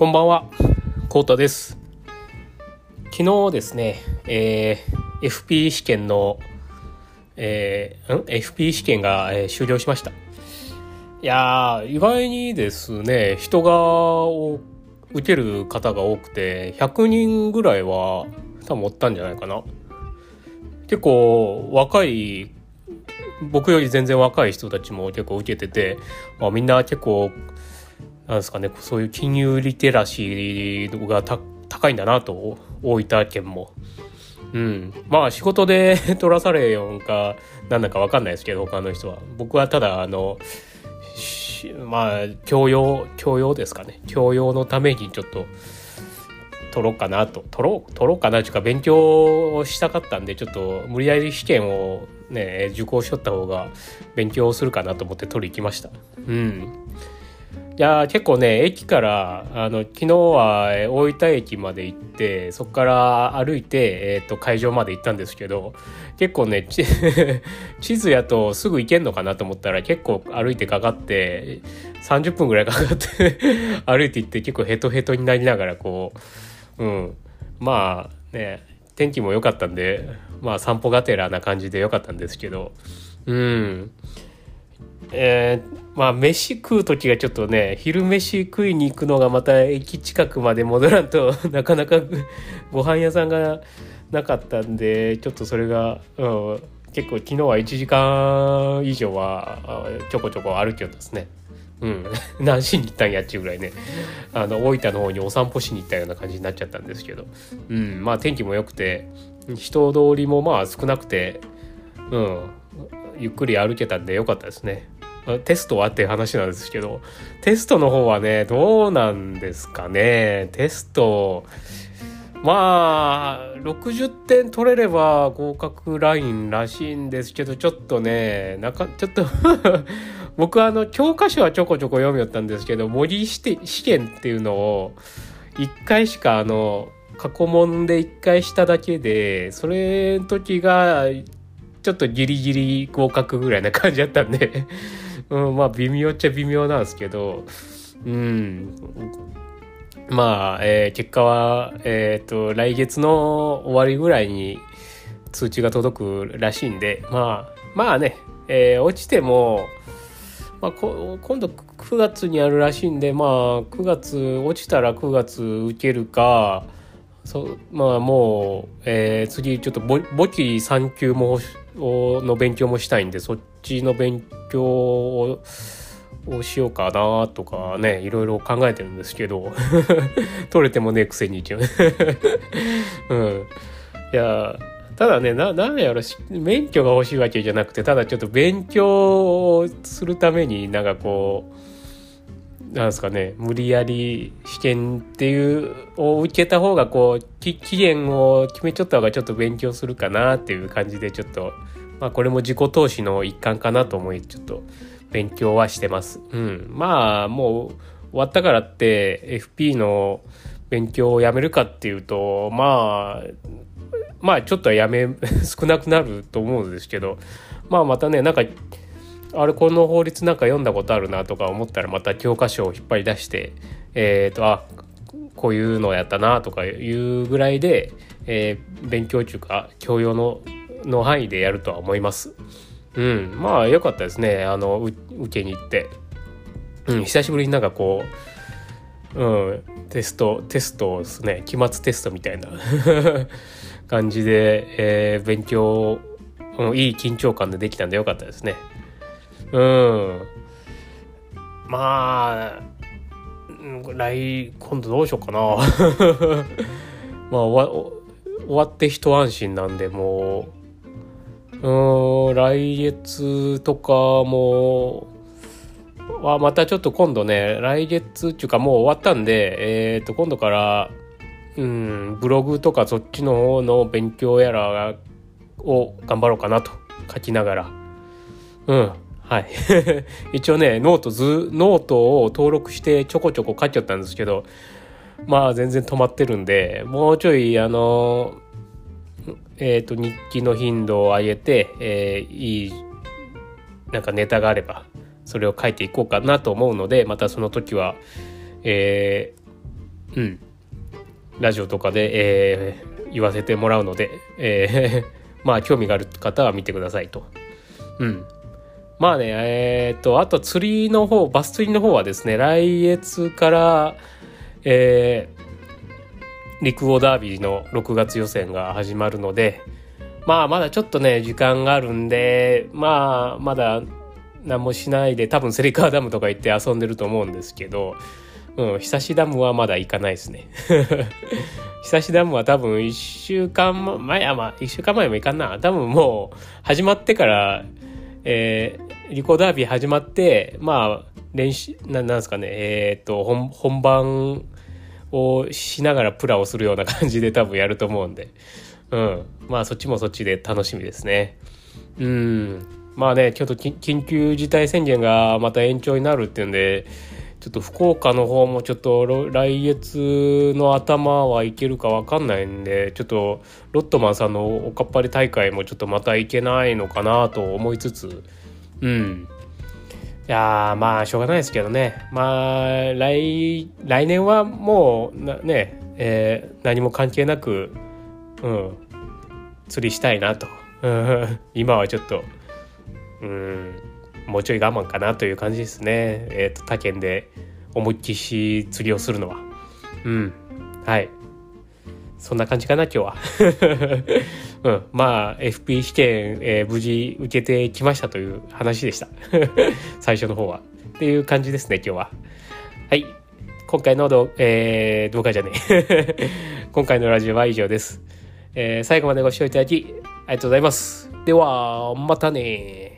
こんばんは、コウタです。昨日ですね、FP 試験の、FP 試験が、終了しました。いやー、意外にですね、人が受ける方が多くて、100人ぐらいは多分おったんじゃないかな。結構若い、僕より全然若い人たちも結構受けてて、みんな結構なんですかね、そういう金融リテラシーが高いんだなと、大分県も。まあ仕事で取らされよんかなんだか分かんないですけど、他の人は。僕はただまあ教養ですかね。教養のためにちょっと取ろうかなというか、勉強したかったんで、ちょっと無理やり試験をね受講しとった方が勉強するかなと思って取り行きました。いや結構ね、駅から昨日は大分駅まで行って、そこから歩いて、会場まで行ったんですけど、結構ね地図やとすぐ行けんのかなと思ったら、結構歩いてかかって30分ぐらいかかって歩いて行って、結構ヘトヘトになりながらまあね、天気も良かったんで、まあ散歩がてらな感じで良かったんですけど、まあ飯食う時がちょっとね、昼飯食いに行くのがまた駅近くまで戻らんとなかなかご飯屋さんがなかったんで、ちょっとそれが、結構昨日は1時間以上はちょこちょこ歩きよったですね。何しに行ったんやっちゅうぐらいね、大分の方にお散歩しに行ったような感じになっちゃったんですけど、まあ天気も良くて、人通りもまあ少なくて、ゆっくり歩けたんで良かったですね。テストはっていう話なんですけど、テストの方はね、どうなんですかね。テストまあ60点取れれば合格ラインらしいんですけど、ちょっとね、ちょっと僕教科書はちょこちょこ読みよったんですけど、模擬試験っていうのを1回しか過去問で1回しただけで、それの時がちょっとギリギリ合格ぐらいな感じだったんでまあ微妙っちゃ微妙なんですけど、まあ、結果は来月の終わりぐらいに通知が届くらしいんで、まあね、落ちても、今度9月にあるらしいんで、まあ9月落ちたら9月受けるか、まあもう、次ちょっと簿記3級の勉強もしたいんで、そっちの勉強をしようかなとかね、いろいろ考えてるんですけど取れてもねえくせに一応いやただね、なんやろ、免許が欲しいわけじゃなくて、ただちょっと勉強をするためになんですかね、無理やり試験っていうを受けた方が期限を決めちゃった方がちょっと勉強するかなっていう感じで、ちょっとこれも自己投資の一環かなと思い、ちょっと勉強はしてます。まあもう終わったからって FP の勉強をやめるかっていうと、まあちょっとは少なくなると思うんですけど、またね、この法律読んだことあるなとか思ったら、また教科書を引っ張り出してこういうのやったなとかいうぐらいで、勉強中か教養の範囲でやるとは思います。まあ良かったですね。受けに行って、久しぶりにテストですね、期末テストみたいな感じで、勉強、いい緊張感でできたんで良かったですね。まあ今度どうしようかなまあ終わって一安心なんで、もう来月とかもまたちょっと今度ね、来月っていうかもう終わったんで、今度からブログとかそっちの方の勉強やらを頑張ろうかなと書きながら、はい一応ね、ノートを登録してちょこちょこ書いちゃったんですけど、まあ全然止まってるんで、もうちょい日記の頻度を上げて、いいネタがあればそれを書いていこうかなと思うので、またその時は、 ラジオとかで、言わせてもらうので、まあ興味がある方は見てくださいと。まあね、あと釣りの方、バス釣りの方はですね、来月から、陸王ダービーの6月予選が始まるので、まあまだちょっとね時間があるんで、まあまだ何もしないで多分芹川ダムとか行って遊んでると思うんですけど、久しダムはまだ行かないですね。久しダムは多分1週間前も行かんな。多分もう始まってから、陸王ダービー始まって、まあ練習なんですかね、本番をしながらプラをするような感じで多分やると思うんで、まあそっちもそっちで楽しみですね。まあね、ちょっと緊急事態宣言がまた延長になるっていうんで、ちょっと福岡の方もちょっと来月の頭は行けるか分かんないんで、ちょっとロットマンさんのおかっぱり大会もちょっとまた行けないのかなと思いつつ、いやまあしょうがないですけどね。まあ来年はもう何も関係なく釣りしたいなと。今はちょっともうちょい我慢かなという感じですね。他県で思いっきし釣りをするのは。はい。そんな感じかな今日は。まあ FP 試験、無事受けてきましたという話でした。最初の方は。っていう感じですね今日は。はい。今回の動画じゃねえ。今回のラジオは以上です。最後までご視聴いただきありがとうございます。ではまたね。